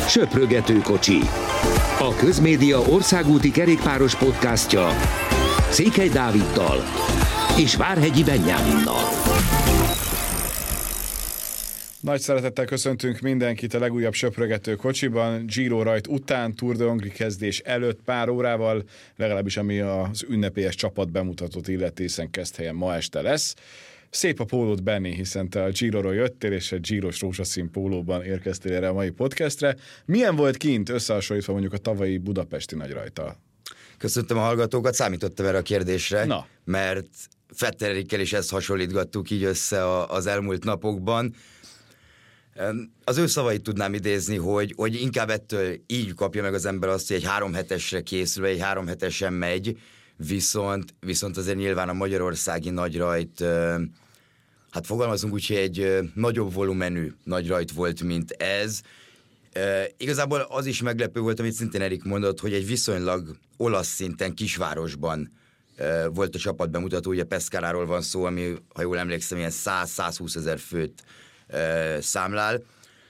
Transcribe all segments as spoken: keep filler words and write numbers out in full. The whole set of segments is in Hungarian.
Söprögető kocsi. A Közmédia országúti kerékpáros podcastja Székely Dáviddal és Várhegyi Benyáminnal. Nagy szeretettel köszöntünk mindenkit a legújabb Söprögető kocsiban. Giro rajt után, Tour de Hongrie kezdés előtt pár órával, legalábbis ami az ünnepélyes csapat bemutatót illeti, hiszen kezdhelyen ma este lesz. Szép a pólót, Benni, hiszen te a Giroról jöttél, és egy Giros rózsaszín pólóban érkeztél erre a mai podcastre. Milyen volt kint összehasonlítva mondjuk a tavalyi budapesti nagyrajttal? Köszöntöm a hallgatókat, számítottam erre a kérdésre, Na. mert Fetterikkel is ezt hasonlítgattuk így össze az elmúlt napokban. Az ő szavait tudnám idézni, hogy, hogy inkább ettől így kapja meg az ember azt, hogy egy három hetesre készül, egy három hetesen megy, viszont, viszont azért nyilván a magyarországi nagyrajt, hát fogalmazunk úgy, hogy egy nagyobb volumenű nagyrajt volt, mint ez. Igazából az is meglepő volt, amit szintén Erik mondott, hogy egy viszonylag olasz szinten kisvárosban volt a csapat bemutató, ugye Pescaráról van szó, ami, ha jól emlékszem, ilyen száz-százhúsz ezer főt számlál.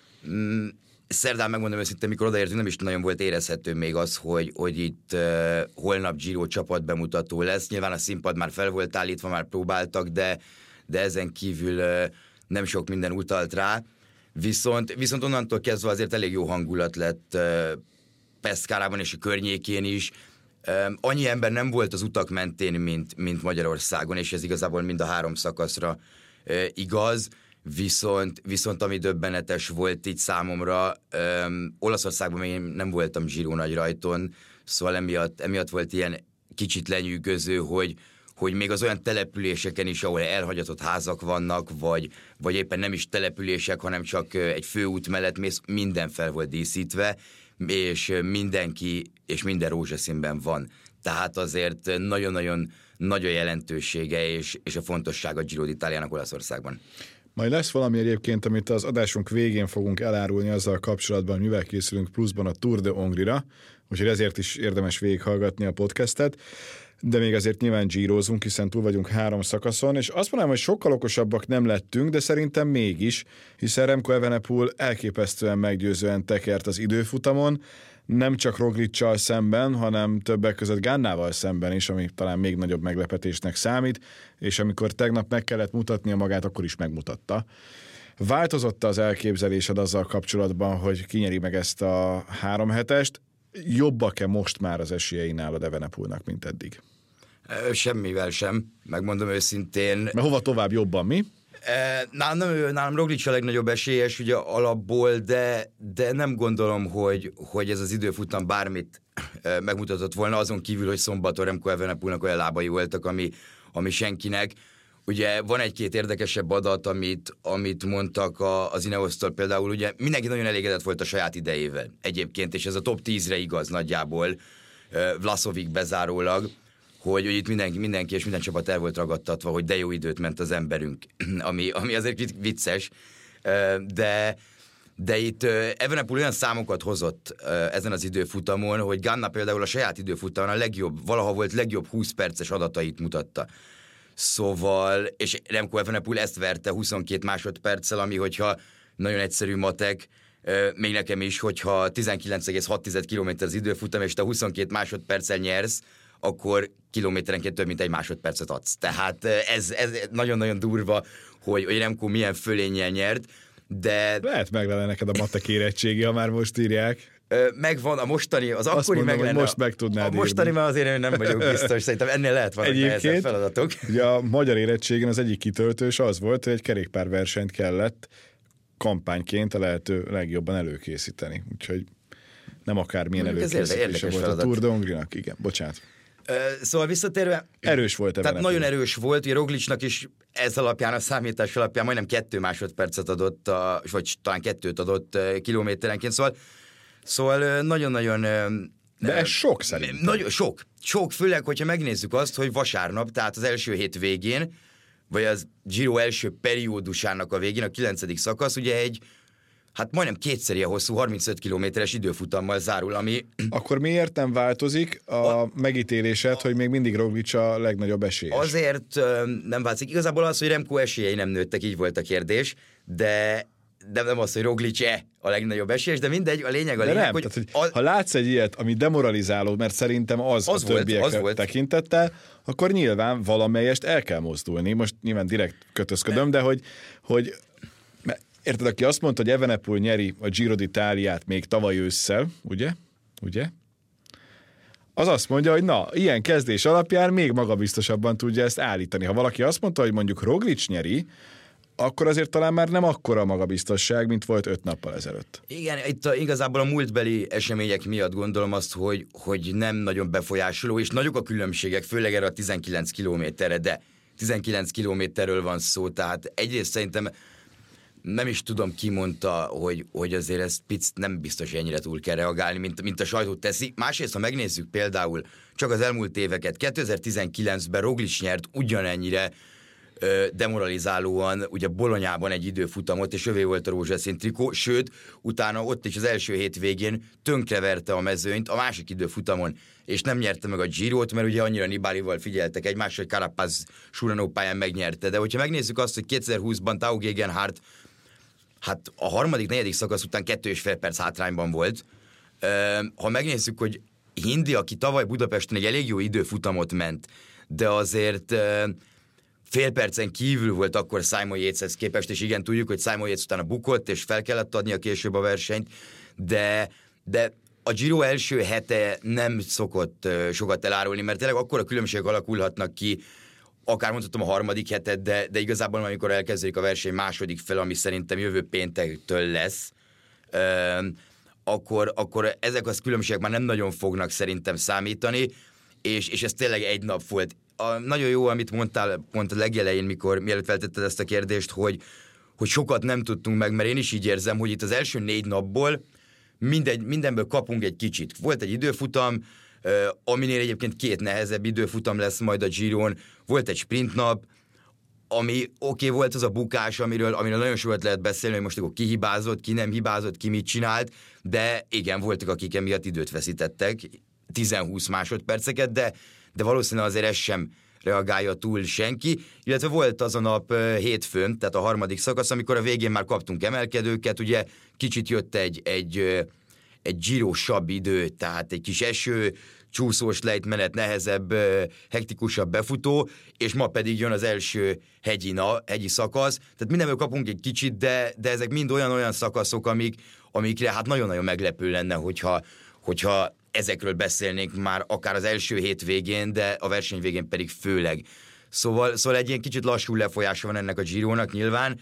Szerdán, megmondom őszintén, mikor odaértünk, nem is nagyon volt érezhető még az, hogy, hogy itt uh, holnap Giro csapat bemutató lesz. Nyilván a színpad már fel volt állítva, már próbáltak, de, de ezen kívül uh, nem sok minden utalt rá. Viszont, viszont onnantól kezdve azért elég jó hangulat lett uh, Pescarában és a környékén is. Um, annyi ember nem volt az utak mentén, mint, mint Magyarországon, és ez igazából mind a három szakaszra uh, igaz. Viszont, viszont ami döbbenetes volt így számomra, öm, Olaszországban még nem voltam Giro nagyrajton, szóval emiatt, emiatt volt ilyen kicsit lenyűgöző, hogy, hogy még az olyan településeken is, ahol elhagyatott házak vannak, vagy, vagy éppen nem is települések, hanem csak egy főút mellett mész, minden fel volt díszítve, és mindenki, és minden rózsaszínben van. Tehát azért nagyon-nagyon nagy a jelentősége és, és a fontossága a Giro d'Italiának Olaszországban. Majd lesz valami egyébként, amit az adásunk végén fogunk elárulni azzal kapcsolatban, mivel készülünk pluszban a Tour de Hongrie-ra, úgyhogy ezért is érdemes végighallgatni a podcastet, de még azért nyilván gírozunk, hiszen túl vagyunk három szakaszon, és azt mondanám, hogy sokkal okosabbak nem lettünk, de szerintem mégis, hiszen Remco Evenepoel elképesztően meggyőzően tekert az időfutamon, nem csak Rogličsal szemben, hanem többek között Gannával szemben is, ami talán még nagyobb meglepetésnek számít, és amikor tegnap meg kellett mutatnia magát, akkor is megmutatta. Változott az elképzelésed azzal kapcsolatban, hogy kinyeri meg ezt a három hetest? Jobbak-e most már az esélyei nálad Evenepoelnak, mint eddig? Semmivel sem, megmondom őszintén. Mert hova tovább jobban, mi? Nálam, nálam Roglič a legnagyobb esélyes ugye alapból, de, de nem gondolom, hogy, hogy ez az időfutam bármit megmutatott volna, azon kívül, hogy szombaton Remco Evenepoelnak olyan lábai voltak, ami, ami senkinek. Ugye van egy-két érdekesebb adat, amit, amit mondtak a, az Ineosztól például, ugye mindenki nagyon elégedett volt a saját idejével egyébként, és ez a top tízre igaz nagyjából, Vlasovig bezárólag, hogy, hogy itt mindenki, mindenki és minden csapat el volt ragadtatva, hogy de jó időt ment az emberünk, ami, ami azért vicces, de, de itt Evenepoel olyan számokat hozott ezen az időfutamon, hogy Ganna például a saját időfutamon a legjobb, valaha volt legjobb húsz perces adatait mutatta. Szóval, és Remco Evenepoel ezt verte huszonkét másodperccel, ami hogyha nagyon egyszerű matek, még nekem is, hogyha tizenkilenc egész hat kilométer az időfutam, és te huszonkét másodperccel nyersz, akkor kilométerenként több mint egy másodpercet adsz. Tehát ez, ez nagyon-nagyon durva, hogy, hogy Remco milyen fölénnyel nyert, de... Lehet meg lenne neked a matek érettségi, ha már most írják. Megvan a mostani, az Azt akkori mondom, meg lenne. Most meg tudnád a mostani már azért nem vagyok biztos, szerintem ennél lehet valami nehezebb feladatok. Ugye a magyar érettségen az egyik kitöltős az volt, hogy egy kerékpárversenyt kellett kampányként a lehető legjobban előkészíteni. Úgyhogy nem akármilyen előkészítése volt feladat. A Tour de Hongrie-nak. Igen, bocsánat. Uh, szóval visszatérve... Erős volt Tehát Evenepoel. Nagyon erős volt, hogy Rogličnak is ez alapján, a számítás alapján majdnem kettő másodpercet adott, a, vagy talán kettőt adott uh, kilométerenként, szóval, szóval uh, nagyon-nagyon... Uh, De ez sok szerintem. Nagyon sok. Sok, főleg, hogyha megnézzük azt, hogy vasárnap, tehát az első hét végén, vagy az Giro első periódusának a végén, a kilencedik szakasz, ugye egy hát majdnem kétszer ilyen hosszú, harmincöt kilométeres időfutammal zárul, ami... Akkor miért nem változik a, a megítélésed, a, hogy még mindig Roglič a legnagyobb esélyes? Azért nem változik. Igazából az, hogy Remco esélyei nem nőttek, így volt a kérdés, de, de nem az, hogy Roglic-e a legnagyobb esélyes, de mindegy, a lényeg a de lényeg, nem, hogy... tehát, hogy a... ha látsz egy ilyet, ami demoralizáló, mert szerintem az, az a volt, többiekre az volt. tekintettel, akkor nyilván valamelyest el kell mozdulni. Most nyilván direkt kötözködöm, de, de hogy, hogy érted, aki azt mondta, hogy Evenepoel nyeri a Giro d'Italiát még tavaly ősszel, ugye? Ugye? Az azt mondja, hogy na, ilyen kezdés alapján még magabiztosabban tudja ezt állítani. Ha valaki azt mondta, hogy mondjuk Roglic nyeri, akkor azért talán már nem akkora magabiztosság, mint volt öt nappal ezelőtt. Igen, itt a, igazából a múltbeli események miatt gondolom azt, hogy, hogy nem nagyon befolyásoló, és nagyok a különbségek, főleg erre a tizenkilenc kilométerre, de tizenkilenc kilométerről van szó, tehát egyrészt szerintem nem is tudom, ki mondta, hogy, hogy azért ez pic, nem biztos, hogy ennyire túl kell reagálni, mint, mint a sajtót teszi. Másrészt, ha megnézzük például csak az elmúlt éveket, kétezer-tizenkilencben Roglic nyert ugyanennyire ö, demoralizálóan, ugye Bolonyában egy időfutamot, és övé volt a rózsaszín trikó, sőt, utána ott is az első hétvégén tönkreverte a mezőnyt a másik időfutamon, és nem nyerte meg a Girót, mert ugye annyira Nibalival figyeltek egymásra, hogy Carapaz Suranó pályán megnyerte. De hogyha megnézzük azt, hogy kétezer-húszban Tao Gegenhardt hát a harmadik, negyedik szakasz után kettő és fél perc hátrányban volt. Ha megnézzük, hogy Hindi, aki tavaly Budapesten egy elég jó időfutamot ment, de azért fél percen kívül volt akkor Simon Yateshez képest, és igen, tudjuk, hogy Simon Yates utána bukott, és fel kellett adnia később a versenyt, de, de a Giro első hete nem szokott sokat elárulni, mert tényleg akkora különbségek alakulhatnak ki, akár mondhatom a harmadik hetet, de, de igazából amikor elkezdődik a verseny második fel, ami szerintem jövő péntektől lesz, euh, akkor, akkor ezek az különbségek már nem nagyon fognak szerintem számítani, és, és ez tényleg egy nap volt. A, nagyon jó, amit mondtál pont a legelején, mikor mielőtt feltetted ezt a kérdést, hogy, hogy sokat nem tudtunk meg, mert én is így érzem, hogy itt az első négy napból mindegy, mindenből kapunk egy kicsit. Volt egy időfutam, Uh, aminél egyébként két nehezebb időfutam lesz majd a Giron, volt egy sprintnap, ami oké, okay, volt az a bukás, amiről, amiről nagyon sokat lehet beszélni, hogy most akkor ki hibázott, ki nem hibázott, ki mit csinált, de igen, voltak, akik emiatt időt veszítettek, tíz-húsz másodperceket, de, de valószínűleg azért ez sem reagálja túl senki, illetve volt az a nap uh, hétfőn, tehát a harmadik szakasz, amikor a végén már kaptunk emelkedőket, ugye kicsit jött egy, egy uh, egy Giro-sabb idő, tehát egy kis eső, csúszós lejtmenet, nehezebb, hektikusabb befutó, és ma pedig jön az első hegyi, na, hegyi szakasz, tehát mindenből kapunk egy kicsit, de, de ezek mind olyan-olyan szakaszok, amik, amikre hát nagyon-nagyon meglepő lenne, hogyha, hogyha ezekről beszélnénk már akár az első hét végén, de a verseny végén pedig főleg. Szóval, szóval egy ilyen kicsit lassú lefolyása van ennek a Girónak nyilván,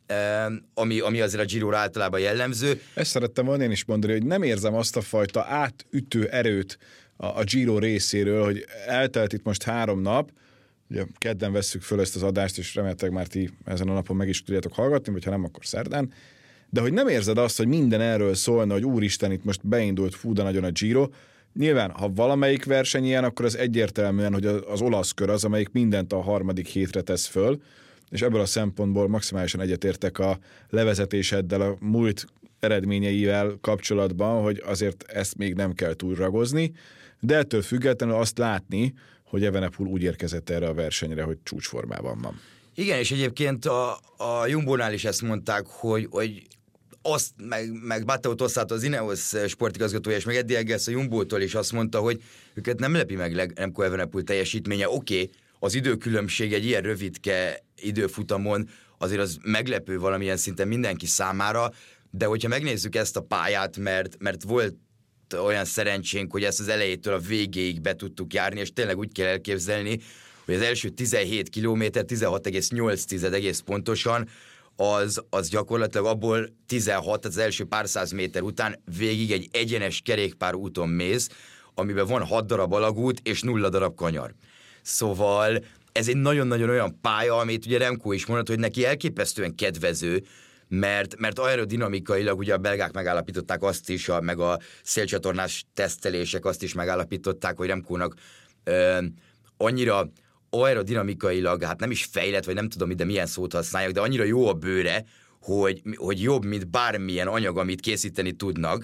Ami, ami azért a Giro általában jellemző. Ezt szerettem volna én is mondani, hogy nem érzem azt a fajta átütő erőt a, a Giro részéről, hogy eltelt itt most három nap, ugye kedden vesszük föl ezt az adást, és remélhetőleg már ti ezen a napon meg is tudjátok hallgatni, vagy ha nem, akkor szerdán, de hogy nem érzed azt, hogy minden erről szólna, hogy úristen, itt most beindult fú de nagyon a Giro. Nyilván, ha valamelyik verseny ilyen, akkor az egyértelműen, hogy az olasz kör az, amelyik mindent a harmadik hétre tesz föl, és ebből a szempontból maximálisan egyetértek a levezetéseddel, a múlt eredményeivel kapcsolatban, hogy azért ezt még nem kell túlragozni, de ettől függetlenül azt látni, hogy Evenepoel úgy érkezett erre a versenyre, hogy csúcsformában van. Igen, és egyébként a, a Jumbo-nál is ezt mondták, hogy, hogy azt, meg, meg Matteo Tossato, az Ineos sportigazgatója, és meg Eddie Eggersz a Jumbo-tól is azt mondta, hogy őket nem lepi meg Remco Evenepoel teljesítménye. Oké, okay, az időkülönbség egy ilyen rövidke időfutamon azért az meglepő valamilyen szinten mindenki számára, de hogyha megnézzük ezt a pályát, mert, mert volt olyan szerencsénk, hogy ezt az elejétől a végéig be tudtuk járni, és tényleg úgy kell elképzelni, hogy az első tizenhét kilométer, tizenhat egész nyolc egész pontosan, az, az gyakorlatilag abból tizenhat, tehát az első pár száz méter után végig egy egyenes kerékpár úton mész, amiben van hat darab alagút és nulla darab kanyar. Szóval ez egy nagyon-nagyon olyan pálya, amit ugye Remco is mondott, hogy neki elképesztően kedvező, mert, mert aerodinamikailag ugye a belgák megállapították azt is, a, meg a szélcsatornás tesztelések azt is megállapították, hogy Remcónak ö, annyira aerodinamikailag, hát nem is fejlett, vagy nem tudom, de milyen szót használják, de annyira jó a bőre, hogy, hogy jobb, mint bármilyen anyag, amit készíteni tudnak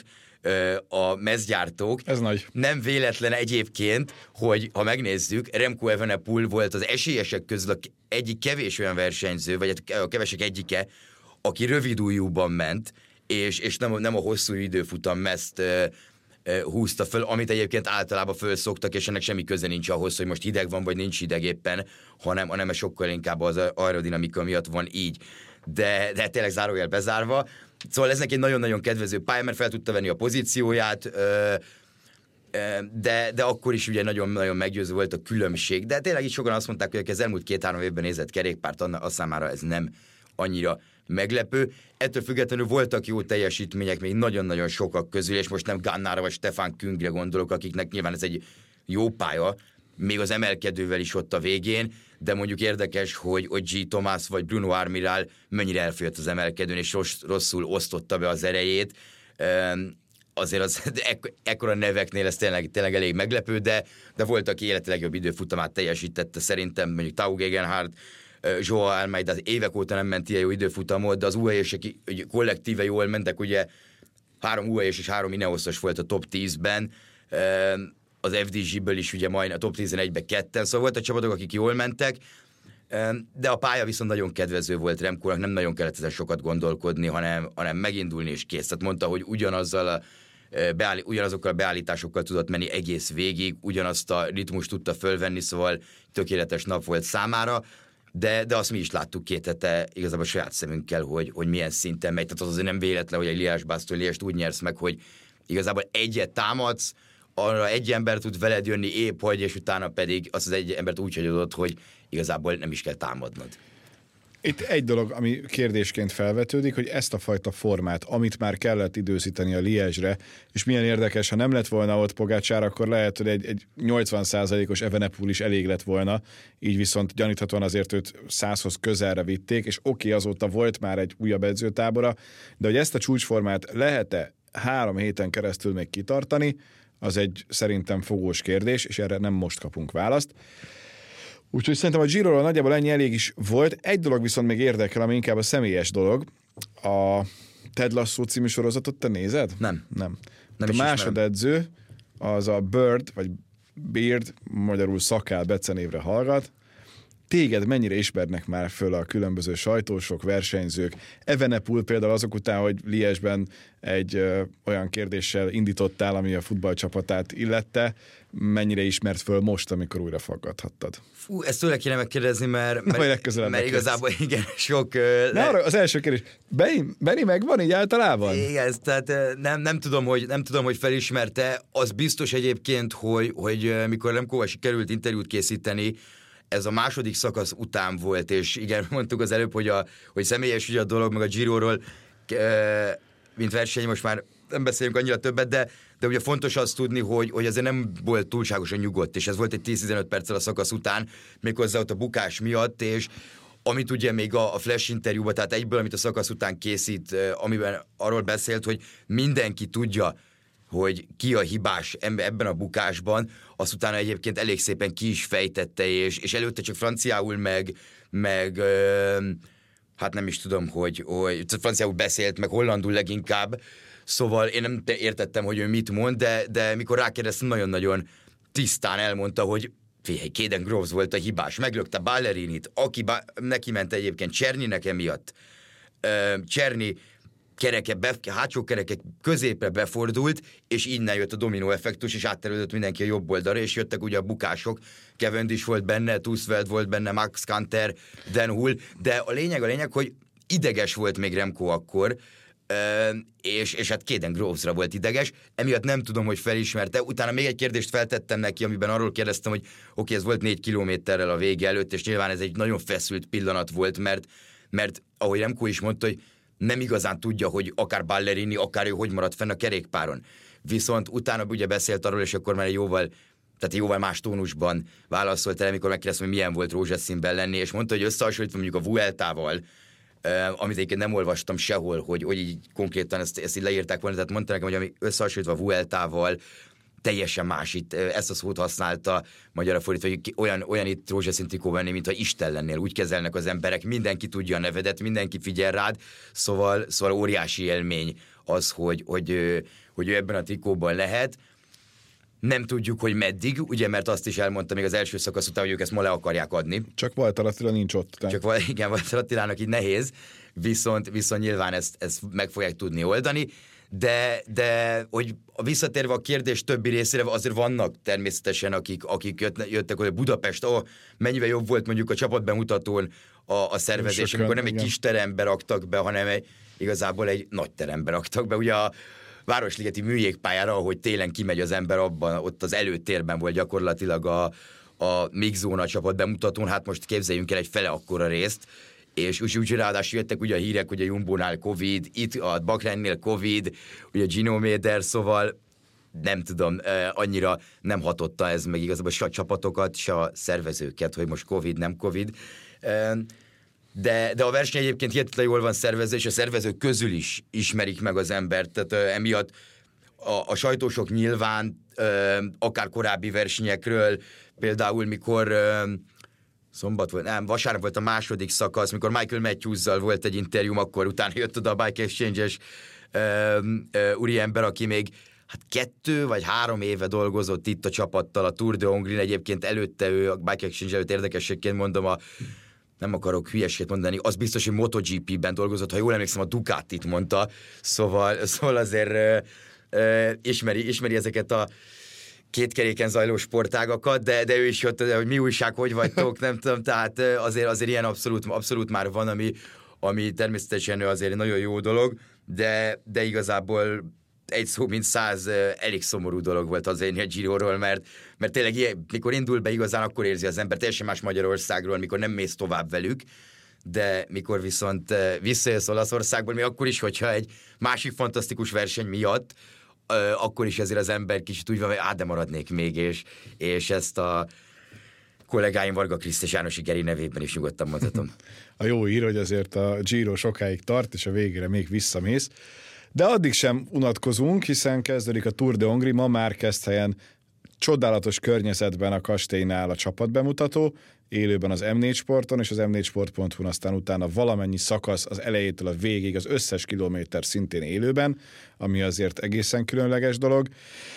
a mezgyártók. Ez nagy. Nem véletlen egyébként, hogy ha megnézzük, Remco Evenepoel volt az esélyesek közül egyik kevés olyan versenyző, vagy a kevesek egyike, aki rövid ujjúban ment, és, és nem, nem a hosszú időfutam mezt húzta föl, amit egyébként általában fölszoktak, és ennek semmi köze nincs ahhoz, hogy most hideg van, vagy nincs hideg éppen, hanem, hanem sokkal inkább az aerodinamika miatt van így. De, de tényleg zárójel bezárva. Szóval ez neki egy nagyon-nagyon kedvező pálya, mert fel tudta venni a pozícióját, de, de akkor is ugye nagyon-nagyon meggyőző volt a különbség. De tényleg így sokan azt mondták, hogy az elmúlt két-három évben nézett kerékpárt, az számára ez nem annyira meglepő. Ettől függetlenül voltak jó teljesítmények még nagyon-nagyon sokak közül, és most nem Gannára vagy Stefan Küngre gondolok, akiknek nyilván ez egy jó pálya, még az emelkedővel is ott a végén, de mondjuk érdekes, hogy, hogy G. Thomas vagy Bruno Armirál mennyire elfért az emelkedőn, és rossz, rosszul osztotta be az erejét. Azért az ek, ekkora neveknél ez tényleg, tényleg elég meglepő, de, de volt, aki élete legjobb időfutamát teljesítette, szerintem mondjuk Tao Gegenhardt, Joao Almeida évek óta nem ment ilyen jó időfutamot, de az u á é-esek kollektíve jól mentek, ugye három u á é-es és három Ineosos volt a top tízben, az ef dé gé-ből is ugye majd a top tizenegyben ketten, szóval volt a csapatok, akik jól mentek, de a pálya viszont nagyon kedvező volt Remkónak, nem nagyon kellett ezen sokat gondolkodni, hanem, hanem megindulni és kész. Tehát mondta, hogy ugyanazzal a Beáll, ugyanazokkal a beállításokkal tudott menni egész végig, ugyanazt a ritmust tudta fölvenni, szóval tökéletes nap volt számára, de, de azt mi is láttuk két hete igazából a saját szemünkkel, hogy, hogy milyen szinten megy. Tehát az azért nem véletlen, hogy egy Liège-Bastogne Liège-t úgy nyersz meg, hogy igazából egyet támadsz, arra egy ember tud veled jönni épp hogy, és utána pedig azt az egy embert úgy hagyodott, hogy igazából nem is kell támadnod. Itt egy dolog, ami kérdésként felvetődik, hogy ezt a fajta formát, amit már kellett időzíteni a Liège-re, és milyen érdekes, ha nem lett volna ott Pogačar, akkor lehet, hogy egy, egy nyolcvan százalékos Evenepoel is elég lett volna, így viszont gyaníthatóan azért őt százhoz közelre vitték, és oké, okay, azóta volt már egy újabb edzőtábora, de hogy ezt a csúcsformát lehet-e három héten keresztül még kitartani, az egy szerintem fogós kérdés, és erre nem most kapunk választ. Úgyhogy szerintem a Giroról nagyjából ennyi elég is volt. Egy dolog viszont még érdekel, ami inkább a személyes dolog. A Ted Lasso című sorozatot te nézed? Nem. Nem. Nem a másodedző az a Bird, vagy Beard, magyarul szakál becenévre hallgat. Téged mennyire ismernek már föl a különböző sajtósok, versenyzők? Evenepoel például azok után, hogy Liège-ben egy ö, olyan kérdéssel indítottál, ami a futballcsapatát illette, mennyire ismert föl most, amikor újra faggathattad? Fú, ezt tőle kéne megkérdezni, mert, mert, mert igazából igen, sok... Uh, le... arra, az első kérdés, Benni, Benni megvan így általában? Igen, tehát uh, nem, nem, tudom, hogy, nem tudom, hogy felismerte. Az biztos egyébként, hogy, hogy uh, mikor Remkóval került interjút készíteni, ez a második szakasz után volt, és igen, mondtuk az előbb, hogy, a, hogy személyes ugye a dolog, meg a Giroról, mint verseny, most már nem beszéljünk annyira többet, de, de ugye fontos azt tudni, hogy, hogy azért nem volt túlságosan nyugodt, és ez volt egy tíz-tizenöt perccel a szakasz után, méghozzá ott a bukás miatt, és amit ugye még a, a flash interjúban, tehát egyből, amit a szakasz után készít, amiben arról beszélt, hogy mindenki tudja, hogy ki a hibás ebben a bukásban, azt utána egyébként elég szépen ki is fejtette, és, és előtte csak franciául meg, meg ö, hát nem is tudom, hogy, hogy franciául beszélt, meg hollandul leginkább, szóval én nem értettem, hogy ő mit mond, de, de mikor rákérdeztem, nagyon-nagyon tisztán elmondta, hogy figyelj, Caden Groves volt a hibás, meglökte Ballerinit, aki bá- neki ment egyébként Czernynek emiatt. Czerny kereke, be, hátsó kerekek középre befordult, és innen jött a dominó effektus, és átterülött mindenki a jobb oldalra, és jöttek ugye a bukások, Cavendish volt benne, Tusveld volt benne, Max Kanter, Dan Hull, de a lényeg a lényeg, hogy ideges volt még Remco akkor, és, és hát Caden Grovesra volt ideges, emiatt nem tudom, hogy felismerte. Utána még egy kérdést feltettem neki, amiben arról kérdeztem, hogy oké, okay, ez volt négy kilométerrel a vége előtt, és nyilván ez egy nagyon feszült pillanat volt, mert, mert ahogy Remco is mondta, hogy nem igazán tudja, hogy akár Ballerini, akár ő hogy maradt fenn a kerékpáron. Viszont utána ugye beszélt arról, és akkor már egy jóval, tehát jóval más tónusban válaszolt el, amikor megkérdeztem, hogy milyen volt rózsaszínben lenni, és mondta, hogy összehasonlítva mondjuk a Vueltával, Uh, amit egyébként nem olvastam sehol, hogy, hogy így konkrétan ezt, ezt így leírták volna, tehát mondta nekem, hogy ami összehasonlítva a Vueltával, teljesen más itt, ezt a szót használta magyarra fordítva, hogy olyan, olyan itt rózsaszín trikó venni, mintha Isten lennél, úgy kezelnek az emberek, mindenki tudja a nevedet, mindenki figyel rád, szóval, szóval óriási élmény az, hogy, hogy, hogy ő ebben a trikóban lehet. Nem tudjuk, hogy meddig, ugye, mert azt is elmondta még az első szakasz után, hogy ők ezt ma le akarják adni. Csak Walter Attila nincs ott. Tehát. Csak val- igen, Walter Attilának így nehéz, viszont, viszont nyilván ezt, ezt meg fogják tudni oldani, de, de hogy visszatérve a kérdés többi részére, azért vannak természetesen, akik, akik jött, jöttek, hogy Budapest, oh, mennyivel jobb volt mondjuk a csapatbemutatón a, a szervezés, Sokan, amikor nem igen. egy kis terembe raktak be, hanem egy, igazából egy nagy terembe raktak be. Ugye a Városligeti műjégpályára, ahogy télen kimegy az ember, abban, ott az előtérben volt gyakorlatilag a, a Mixzóna csapat bemutatón, hát most képzeljünk el egy fele akkora részt, és úgy, úgy ráadásul jöttek ugye a hírek, hogy a Jumbónál Covid, itt a Bakrennél Covid, ugye a Ginométer, szóval nem tudom, annyira nem hatotta ez meg igazából se a csapatokat, se a szervezőket, hogy most Covid, nem Covid. De, de a verseny egyébként hihetetlenül jól van szervezve, és a szervezők közül is ismerik meg az embert, tehát emiatt a, a sajtósok nyilván akár korábbi versenyekről, például mikor szombat volt, nem, vasárnap volt a második szakasz, mikor Michael Matthews-zal volt egy interjúm, akkor utána jött oda a Bike Exchange-es úriember, aki még hát kettő vagy három éve dolgozott itt a csapattal, a Tour de Hongrin, egyébként előtte ő, a Bike Exchange előtt érdekességként mondom, a, nem akarok hülyesét mondani, az biztos, hogy MotoGP-ben dolgozott, ha jól emlékszem, a Ducatit mondta, szóval, szóval azért ö, ö, ismeri, ismeri ezeket a két keréken zajló sportágakat, de, de ő is jött, hogy mi újság, hogy vagytok, nem tudom, tehát azért, azért ilyen abszolút, abszolút már van, ami, ami természetesen azért nagyon jó dolog, de, de igazából egy szó, mint száz elég szomorú dolog volt az én a Giroról, mert, mert tényleg ilyen, mikor indul be igazán, akkor érzi az ember teljesen más Magyarországról, mikor nem mész tovább velük, de mikor viszont visszajössz Olaszországból, mi akkor is, hogyha egy másik fantasztikus verseny miatt, akkor is ezért az ember kicsit úgy van, hogy át, de maradnék még, és, és ezt a kollégáim Varga Kriszt és Jánosi Geri nevében is nyugodtan mondhatom. A jó hír, hogy azért a Giro sokáig tart, és a végére még visszamész. De addig sem unatkozunk, hiszen kezdődik a Tour de Hongrie, ma már Keszthelyen csodálatos környezetben a kastélynál a csapatbemutató, élőben az em négy Sporton, és az em négy sport pont hu-n aztán utána valamennyi szakasz az elejétől a végig, az összes kilométer szintén élőben, ami azért egészen különleges dolog.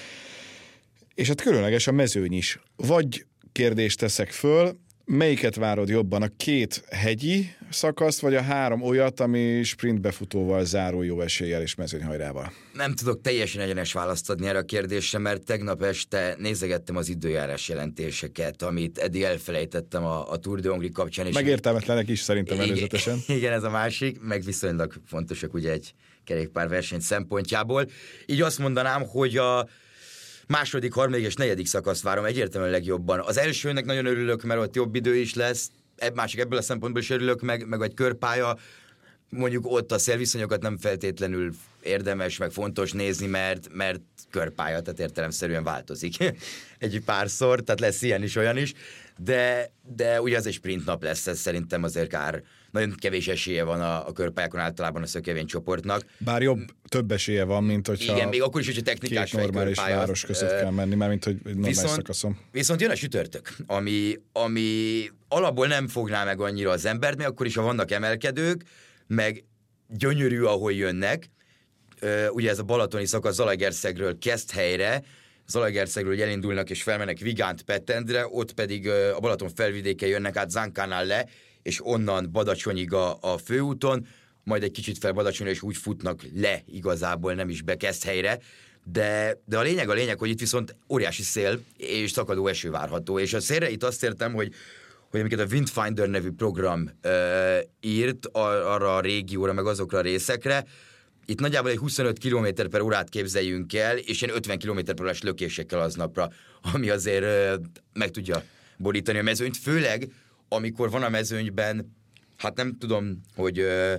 És hát különleges a mezőny is. Vagy kérdést teszek föl, melyiket várod jobban, a két hegyi szakaszt, vagy a három olyat, ami sprintbefutóval záró jó eséllyel és mezőnyhajrával? Nem tudok teljesen egyenes választ adni erre a kérdésre, mert tegnap este nézegettem az időjárás jelentéseket, amit eddig elfelejtettem a, a Tour de Hongrie kapcsán. És megértelmetlenek is szerintem előzetesen. Igen, igen, ez a másik, meg viszonylag fontosak ugye egy kerékpárverseny szempontjából. Így azt mondanám, hogy a második, harmadik és negyedik szakaszt várom egyértelműen legjobban. Az elsőnek nagyon örülök, mert ott jobb idő is lesz, ebb, másik ebből a szempontból is örülök, meg, meg egy körpálya, mondjuk ott a szélviszonyokat nem feltétlenül érdemes, meg fontos nézni, mert, mert körpálya, tehát értelemszerűen változik egy párszor, tehát lesz ilyen is, olyan is, de, de ugye az egy sprint nap lesz, ez szerintem azért kár, nagyon kevés esélye van a, a körpályákon általában a szökevény csoportnak. Bár jobb, több esélye van, mint hogyha igen, még akkor is, hogyha technikás két normális város között kell menni, már mint hogy egy normális viszont, szakaszom. Viszont jön a sütörtök, ami, ami alapból nem fogná meg annyira az embert, még akkor is, ha vannak emelkedők, meg gyönyörű, ahol jönnek. Ugye ez a balatoni szakasz Zalaegerszegről Keszthelyre, Zalaegerszegről elindulnak és felmennek Vigánt Pettendre, ott pedig a Balaton felvidéken jönnek át Zánkánál le, és onnan Badacsonyig a, a főúton, majd egy kicsit fel Badacsonyra, és úgy futnak le igazából, nem is be Keszthelyre, de, de a lényeg a lényeg, hogy itt viszont óriási szél és szakadó eső várható, és a szélre itt azt értem, hogy hogy amiket a Windfinder nevű program uh, írt ar- arra a régióra, meg azokra a részekre, itt nagyjából egy huszonöt kilométer per órát képzeljünk el, és ilyen ötven kilométer per órás lökésekkel aznapra, ami azért uh, meg tudja borítani a mezőnyt, főleg amikor van a mezőnyben, hát nem tudom, hogy uh,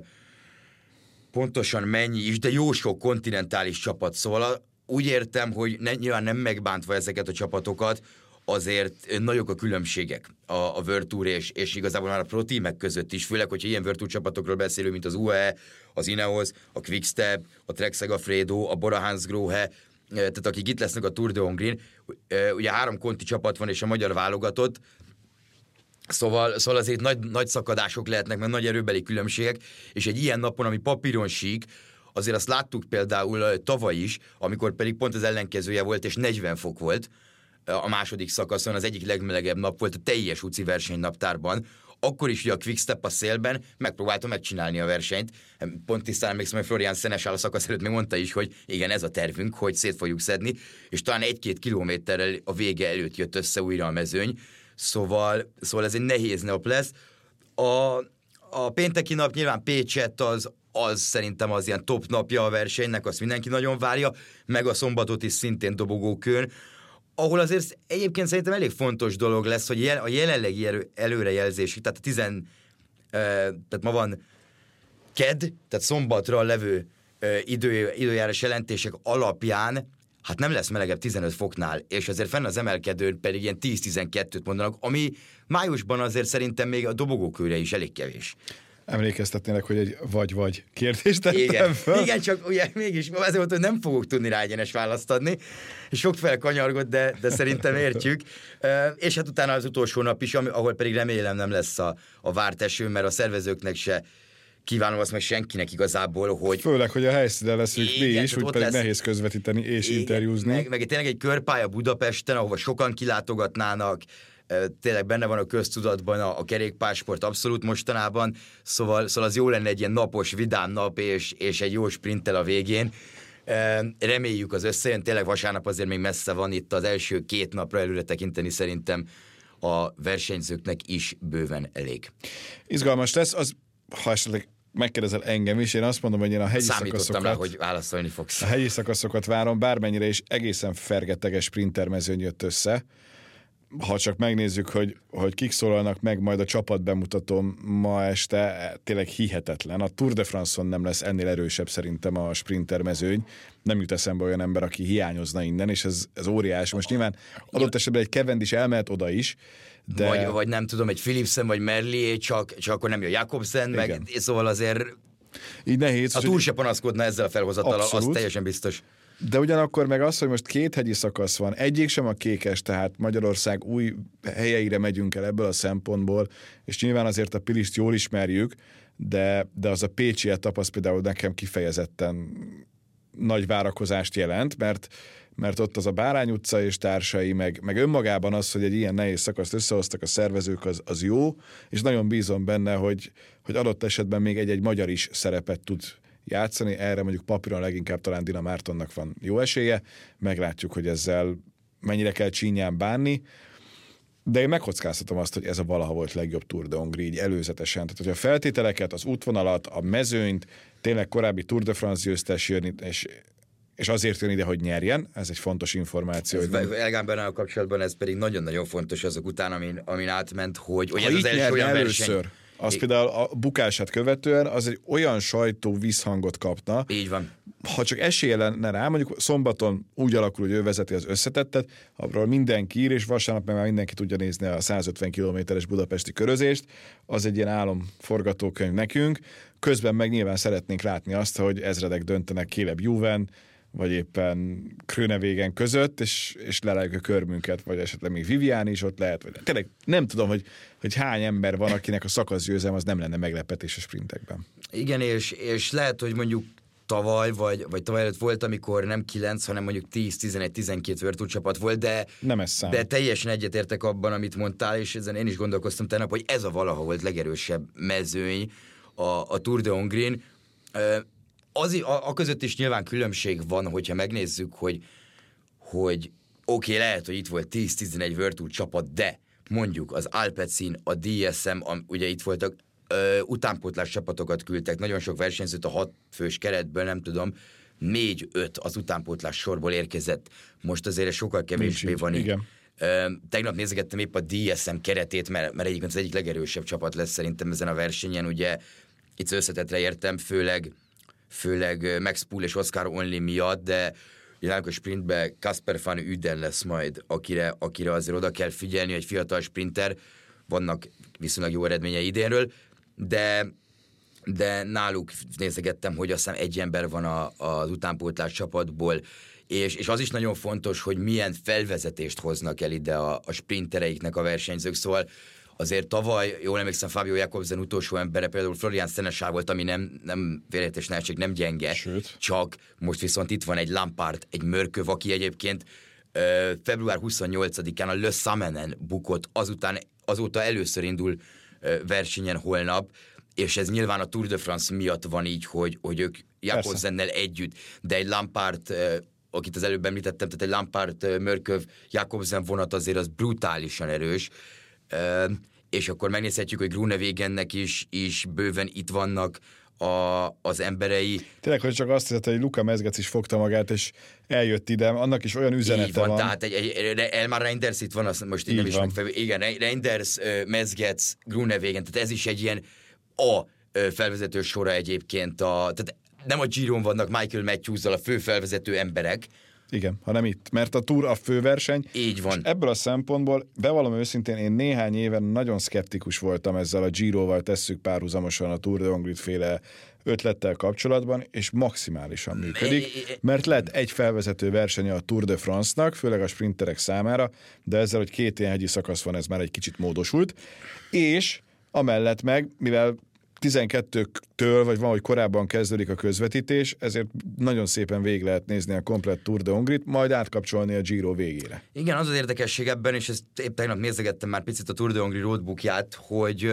pontosan mennyi is, de jó sok kontinentális csapat, szóval úgy értem, hogy ne, nyilván nem megbántva ezeket a csapatokat, azért nagyok a különbségek a, a World Tour és, és igazából már a pro teamek között is, főleg, hogyha ilyen World Tour csapatokról beszélünk, mint az u á e, az Ineos, a Quickstep, a Trek Segafredo, a Bora Hansgrohe, tehát akik itt lesznek a Tour de Hongrin, ugye három konti csapat van és a magyar válogatott, Szóval, szóval azért nagy, nagy szakadások lehetnek, mert nagy erőbeli különbségek, és egy ilyen napon, ami papíron sík, azért azt láttuk például tavaly is, amikor pedig pont az ellenkezője volt, és negyven fok volt a második szakaszon, az egyik legmelegebb nap volt a teljes u cé i versenynaptárban, akkor is ugye a Quickstep a szélben megpróbálta megcsinálni a versenyt. Pont tisztán emlékszem, hogy Florian Seneschal a szakasz előtt még mondta is, hogy igen, ez a tervünk, hogy szét fogjuk szedni, és talán egy-két kilométerrel a vége előtt jött össze újra a mezőny, szóval, szóval ez egy nehéz nap lesz. A, a pénteki nap nyilván Pécsett az, az szerintem az ilyen top napja a versenynek, azt mindenki nagyon várja, meg a szombatot is szintén dobogókőn, ahol azért egyébként szerintem elég fontos dolog lesz, hogy a jelenlegi elő, előrejelzés, tehát a tizen, tehát ma van kedd, tehát szombatra levő idő, időjárás jelentések alapján, hát nem lesz melegebb tizenöt foknál, és azért fenn az emelkedőn pedig ilyen tíz-tizenkettőt mondanak, ami májusban azért szerintem még a dobogókőre is elég kevés. Emlékeztetnének, hogy egy vagy-vagy kérdést tettem Igen. fel. Igen, csak ugye mégis azért volt, hogy nem fogok tudni rá egyenes választ adni. Sok felkanyargott, de, de szerintem értjük. És hát utána az utolsó nap is, ahol pedig remélem nem lesz a, a várt eső, mert a szervezőknek se kívánom azt meg senkinek igazából, hogy... Főleg, hogy a helyszínen leszünk mi is, úgy pedig lesz... nehéz közvetíteni és igen, interjúzni. Meg, meg tényleg egy körpálya Budapesten, ahova sokan kilátogatnának, tényleg benne van a köztudatban a, a kerékpársport abszolút mostanában, szóval, szóval az jó lenne egy ilyen napos, vidám nap, és, és egy jó sprinttel a végén. Reméljük az összejön, tényleg vasárnap azért még messze van, itt az első két napra előre tekinteni szerintem a versenyzőknek is bőven elég. Izgalmas lesz, az, ha esetleg megkérdezel engem is, én azt mondom, hogy én a hegyi Számítottam szakaszokat... rá, hogy válaszolni fogsz. A hegyi szakaszokat várom, bármennyire is egészen fergeteges sprintermezőny jött össze. Ha csak megnézzük, hogy, hogy kik szólalnak meg, majd a csapat bemutatóm ma este, tényleg hihetetlen. A Tour de France-on nem lesz ennél erősebb szerintem a sprintermezőny. Nem jut eszembe olyan ember, aki hiányozna innen, és ez, ez óriási. Most nyilván adott esetben egy Cavendish elmehet oda is, de... Vagy, vagy nem tudom, egy Philipsen vagy Merlier, csak, csak akkor nem jön Jakobsen, meg szóval azért így nehéz. A Tour se panaszkodna ezzel a felhozattal, az teljesen biztos. De ugyanakkor meg az, hogy most két hegyi szakasz van, egyik sem a kékes, tehát Magyarország új helyeire megyünk el ebből a szempontból, és nyilván azért a Pilist jól ismerjük, de, de az a pécsi etap az például nekem kifejezetten nagy várakozást jelent, mert, mert ott az a Bárány utca és társai, meg, meg önmagában az, hogy egy ilyen nehéz szakaszt összehoztak a szervezők, az, az jó, és nagyon bízom benne, hogy, hogy adott esetben még egy-egy magyar is szerepet tud játszani, erre mondjuk papíron leginkább talán Dina Mártonnak van jó esélye, meglátjuk, hogy ezzel mennyire kell csínyán bánni, de én megkockáztatom azt, hogy ez a valaha volt legjobb Tour de Hongrie így előzetesen. Tehát, hogy a feltételeket, az útvonalat, a mezőnyt, tényleg korábbi Tour de France győztes jön, és, és azért jön ide, hogy nyerjen, ez egy fontos információ. Elgán Bernal kapcsolatban ez pedig nagyon-nagyon fontos azok után, amin, amin átment, hogy, hogy ez az első olyan először. Verseny. Az például a bukását követően az egy olyan sajtó visszhangot kapna. Így van. Ha csak esélye lenne rá, mondjuk szombaton úgy alakul, hogy ő vezeti az összetettet, abról mindenki ír, és vasárnap meg már mindenki tudja nézni a százötven kilométeres budapesti körözést, az egy ilyen álomforgatókönyv nekünk. Közben meg nyilván szeretnénk látni azt, hogy ezredek döntenek Caleb Ewan, vagy éppen Krönevégen között, és, és lelejük a körmünket, vagy esetleg még Vivian is ott lehet, vagy tényleg nem tudom, hogy, hogy hány ember van, akinek a szakaszgyőzelem az nem lenne meglepetés a sprintekben. Igen, és, és lehet, hogy mondjuk tavaly, vagy, vagy tavaly előtt volt, amikor nem kilenc, hanem mondjuk tíz, tizenegy, tizenkét World Tour csapat volt, de, nem ez szám. De teljesen egyetértek abban, amit mondtál, és ezen én is gondolkoztam tegnap, hogy ez a valaha volt legerősebb mezőny a, a Tour de Hongrie-n. Az, a, a között is nyilván különbség van, hogyha megnézzük, hogy, hogy oké, okay, lehet, hogy itt volt tíz-tizenegy World Tour csapat, de mondjuk az Alpecin, a dé es em, a, ugye itt voltak, ö, utánpótlás csapatokat küldtek, nagyon sok versenyzőt a hat fős keretből, nem tudom, négy-öt az utánpótlás sorból érkezett. Most azért sokkal kevésbé van így. Ö, tegnap nézegettem épp a dé es em keretét, mert, mert egyébként az egyik legerősebb csapat lesz szerintem ezen a versenyen, ugye itt összetetre értem, főleg főleg Max Poole és Oscar Only miatt, de jelenleg a sprintben Kasper van Uden lesz majd, akire, akire azért oda kell figyelni, egy fiatal sprinter, vannak viszonylag jó eredményei idénről, de, de náluk nézegettem, hogy azt hiszem egy ember van a, az utánpótlás csapatból, és, és az is nagyon fontos, hogy milyen felvezetést hoznak el ide a, a sprintereiknek a versenyzők, szóval azért tavaly, jól emlékszem, Fabio Jakobsen utolsó embere, például Florian Seneschal volt, ami nem, nem félreértés ne essék, nem gyenge, Sőt. csak most viszont itt van egy Lampard, egy Mörköv, aki egyébként ö, február huszonnyolcadikán a Le Samenen bukott, azután, azóta először indul ö, versenyen holnap, és ez nyilván a Tour de France miatt van így, hogy, hogy ők Jakobsennel együtt, de egy Lampard, ö, akit az előbb említettem, tehát egy Lampard, Mörköv, Jakobsen vonat azért az brutálisan erős, ö, és akkor megnézhetjük, hogy Groenewegennek is, is bőven itt vannak a, az emberei. Tényleg, hogy csak azt hiszed, hogy Luka Mezgec is fogta magát, és eljött ide, annak is olyan üzenete így van. van. Tehát egy, egy, Elmar Reinders itt van, azt most így, így nem is megfelelő. Igen, Reinders, Mezgec, Groenewegen, tehát ez is egy ilyen a felvezető sora egyébként. A, tehát nem a Giron vannak Michael Matthews-zal a fő felvezető emberek. Igen, hanem itt, mert a Tour a főverseny. Így van. És ebből a szempontból, bevallom őszintén, én néhány éven nagyon szkeptikus voltam ezzel a Giroval tesszük párhuzamosan a Tour de Hongrie féle ötlettel kapcsolatban, és maximálisan működik, mert lett egy felvezető versenye a Tour de France-nak, főleg a sprinterek számára, de ezzel, hogy két ilyen hegyi szakasz van, ez már egy kicsit módosult, és amellett meg, mivel tizenkettőtől, vagy valahogy korábban kezdődik a közvetítés, ezért nagyon szépen végig lehet nézni a komplett Tour de Hongrie-t, majd átkapcsolni a Giro végére. Igen, az az érdekesség ebben, és ezt épp tegnap nézegettem már picit a Tour de Hongrie roadbookját, hogy,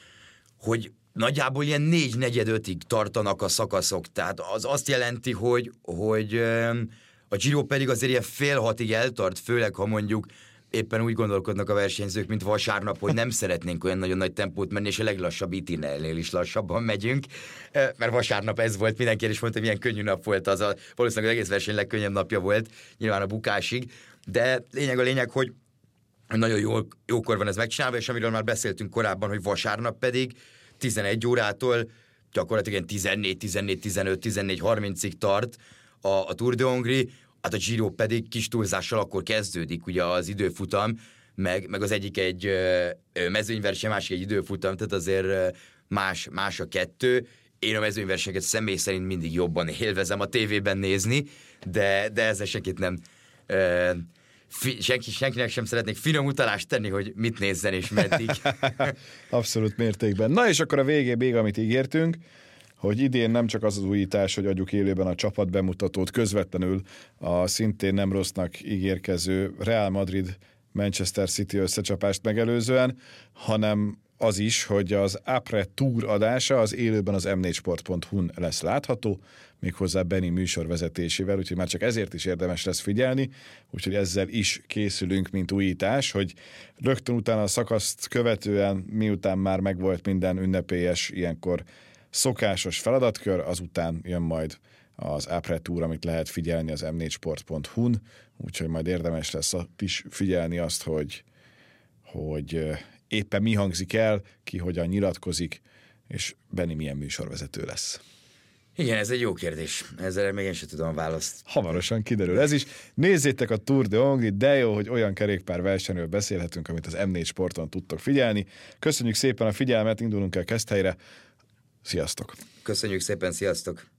hogy nagyjából ilyen négy negyed ötig tartanak a szakaszok, tehát az azt jelenti, hogy, hogy a Giro pedig azért ilyen fél hatig eltart, főleg ha mondjuk éppen úgy gondolkodnak a versenyzők, mint vasárnap, hogy nem szeretnénk olyan nagyon nagy tempót menni, és a leglassabb itinernél is lassabban megyünk, mert vasárnap ez volt, mindenki is mondta, hogy milyen könnyű nap volt az, a, valószínűleg az egész verseny legkönnyebb napja volt, nyilván a bukásig, de lényeg a lényeg, hogy nagyon jól, jókor van ez megcsinálva, és amiről már beszéltünk korábban, hogy vasárnap pedig tizenegy órától gyakorlatilag tizennégy, tizennégy, tizenöt, tizennégy harmincig tart a, a Tour de Hongrie, hát a Giro pedig kis túlzással akkor kezdődik ugye az időfutam, meg, meg az egyik egy ö, mezőnyverseny, másik egy időfutam, tehát azért más, más a kettő. Én a mezőnyversenyeket személy szerint mindig jobban élvezem a tévében nézni, de, de ezzel senkit nem ö, fi, senki, senkinek sem szeretnék finom utalást tenni, hogy mit nézzen és meddig. Abszolút mértékben. Na és akkor a végén még, amit ígértünk, hogy idén nem csak az az újítás, hogy adjuk élőben a csapat bemutatót közvetlenül a szintén nem rossznak ígérkező Real Madrid Manchester City összecsapást megelőzően, hanem az is, hogy az Après Tour adása az élőben az em négy sport pont hu-n lesz látható, méghozzá Benni műsorvezetésével, úgyhogy már csak ezért is érdemes lesz figyelni, úgyhogy ezzel is készülünk, mint újítás, hogy rögtön utána a szakaszt követően, miután már megvolt minden ünnepélyes, ilyenkor szokásos feladatkör, azután jön majd az Après Tour, amit lehet figyelni az em négy sport pont hu-n, úgyhogy majd érdemes lesz is figyelni azt, hogy, hogy éppen mi hangzik el, ki hogyan nyilatkozik, és Benni milyen műsorvezető lesz. Igen, ez egy jó kérdés. Ezzel még én sem tudom a választ. Hamarosan kiderül ez is. Nézzétek a Tour de Hongrie, de jó, hogy olyan kerékpárversenyről beszélhetünk, amit az em négy Sporton tudtok figyelni. Köszönjük szépen a figyelmet, indulunk el Keszthelyre. Sziasztok! Köszönjük szépen, sziasztok!